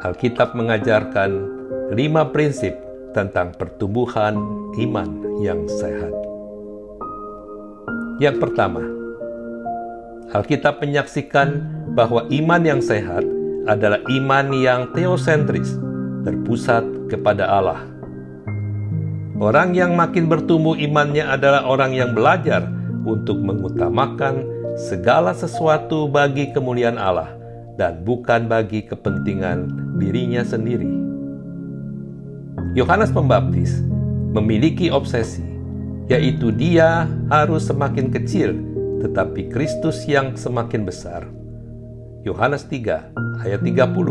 Alkitab mengajarkan 5 prinsip tentang pertumbuhan iman yang sehat. Yang pertama, Alkitab menyaksikan bahwa iman yang sehat adalah iman yang teosentris, berpusat kepada Allah. Orang yang makin bertumbuh imannya adalah orang yang belajar untuk mengutamakan segala sesuatu bagi kemuliaan Allah dan bukan bagi kepentingan dirinya sendiri. Yohanes Pembaptis memiliki obsesi, yaitu dia harus semakin kecil, tetapi Kristus yang semakin besar. Yohanes 3 ayat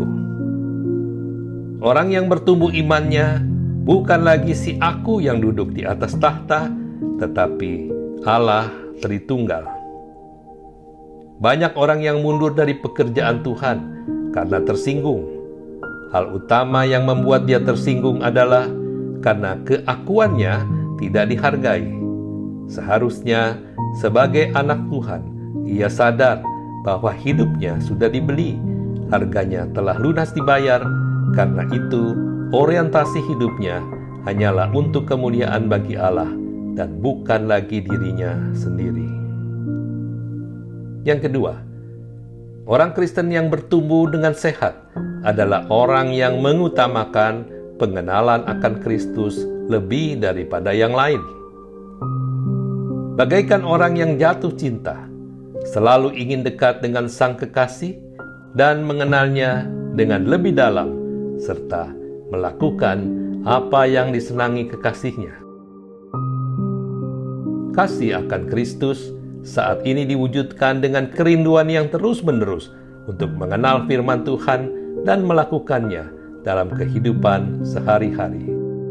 30. Orang yang bertumbuh imannya bukan lagi si aku yang duduk di atas tahta, tetapi Allah Tritunggal. Banyak orang yang mundur dari pekerjaan Tuhan karena tersinggung. Hal utama yang membuat dia tersinggung adalah karena keakuannya tidak dihargai. Seharusnya sebagai anak Tuhan, ia sadar bahwa hidupnya sudah dibeli, harganya telah lunas dibayar. Karena itu, orientasi hidupnya hanyalah untuk kemuliaan bagi Allah dan bukan lagi dirinya sendiri. Yang kedua, orang Kristen yang bertumbuh dengan sehat adalah orang yang mengutamakan pengenalan akan Kristus lebih daripada yang lain. Bagaikan orang yang jatuh cinta, selalu ingin dekat dengan sang kekasih dan mengenalnya dengan lebih dalam, serta melakukan apa yang disenangi kekasihnya. Kasih akan Kristus saat ini diwujudkan dengan kerinduan yang terus-menerus untuk mengenal firman Tuhan dan melakukannya dalam kehidupan sehari-hari.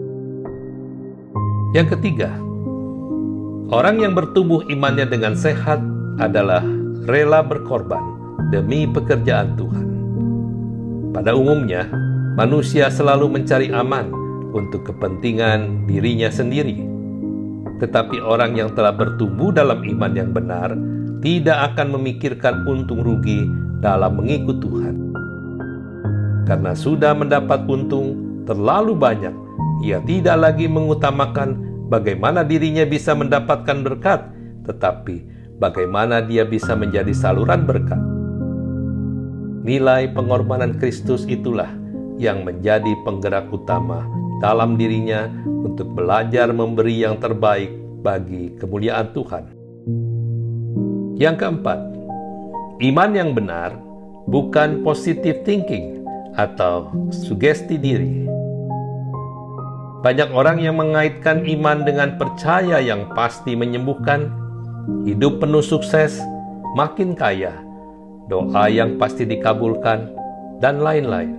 Yang ketiga, orang yang bertumbuh imannya dengan sehat adalah rela berkorban demi pekerjaan Tuhan. Pada umumnya, manusia selalu mencari aman untuk kepentingan dirinya sendiri. Tetapi orang yang telah bertumbuh dalam iman yang benar tidak akan memikirkan untung rugi dalam mengikut Tuhan. Karena sudah mendapat untung terlalu banyak, ia tidak lagi mengutamakan bagaimana dirinya bisa mendapatkan berkat, tetapi bagaimana dia bisa menjadi saluran berkat. Nilai pengorbanan Kristus itulah yang menjadi penggerak utama dalam dirinya untuk belajar memberi yang terbaik bagi kemuliaan Tuhan. Yang keempat, iman yang benar bukan positive thinking atau sugesti diri. Banyak orang yang mengaitkan iman dengan percaya yang pasti menyembuhkan, hidup penuh sukses, makin kaya, doa yang pasti dikabulkan, dan lain-lain.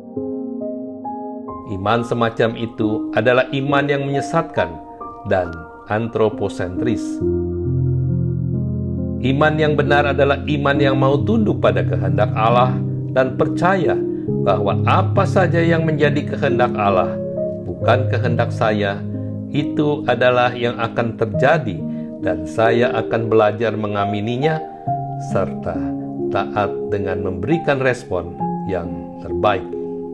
Iman semacam itu adalah iman yang menyesatkan dan antroposentris. Iman yang benar adalah iman yang mau tunduk pada kehendak Allah dan percaya bahwa apa saja yang menjadi kehendak Allah, bukan kehendak saya, itu adalah yang akan terjadi dan saya akan belajar mengamininya serta taat dengan memberikan respon yang terbaik.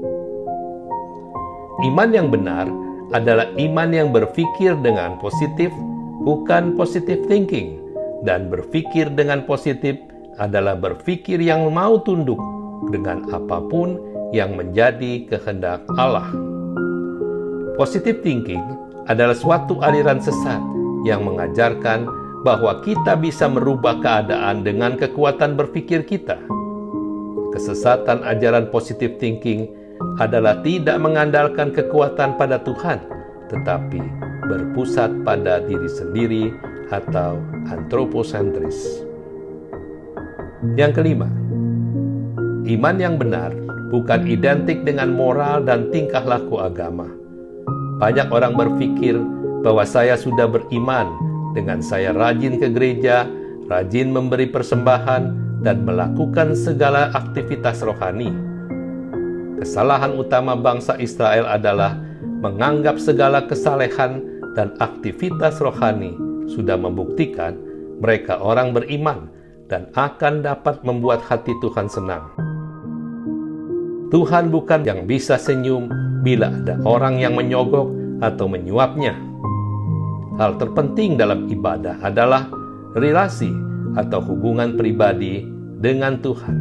Iman yang benar adalah iman yang berpikir dengan positif, bukan positive thinking. Dan berpikir dengan positif adalah berpikir yang mau tunduk dengan apapun yang menjadi kehendak Allah. Positive thinking adalah suatu aliran sesat yang mengajarkan bahwa kita bisa merubah keadaan dengan kekuatan berpikir kita. Kesesatan ajaran positive thinking adalah tidak mengandalkan kekuatan pada Tuhan, tetapi berpusat pada diri sendiri atau antroposentris. Yang kelima, iman yang benar bukan identik dengan moral dan tingkah laku agama. Banyak orang berpikir bahwa saya sudah beriman dengan saya rajin ke gereja, rajin memberi persembahan, dan melakukan segala aktivitas rohani. Kesalahan utama bangsa Israel adalah menganggap segala kesalehan dan aktivitas rohani sudah membuktikan mereka orang beriman dan akan dapat membuat hati Tuhan senang. Tuhan bukan yang bisa senyum bila ada orang yang menyogok atau menyuapnya. Hal terpenting dalam ibadah adalah relasi atau hubungan pribadi dengan Tuhan.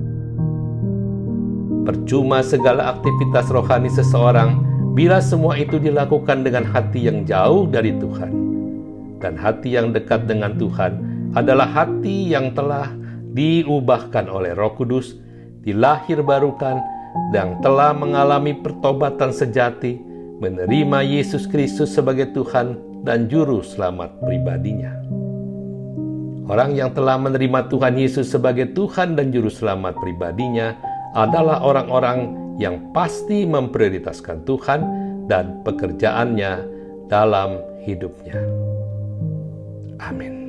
Percuma segala aktivitas rohani seseorang bila semua itu dilakukan dengan hati yang jauh dari Tuhan. Dan hati yang dekat dengan Tuhan adalah hati yang telah diubahkan oleh Roh Kudus, dilahirbarukan, dan telah mengalami pertobatan sejati, menerima Yesus Kristus sebagai Tuhan dan Juru Selamat pribadinya. Orang yang telah menerima Tuhan Yesus sebagai Tuhan dan Juru Selamat pribadinya adalah orang-orang yang pasti memprioritaskan Tuhan dan pekerjaannya dalam hidupnya. Amin.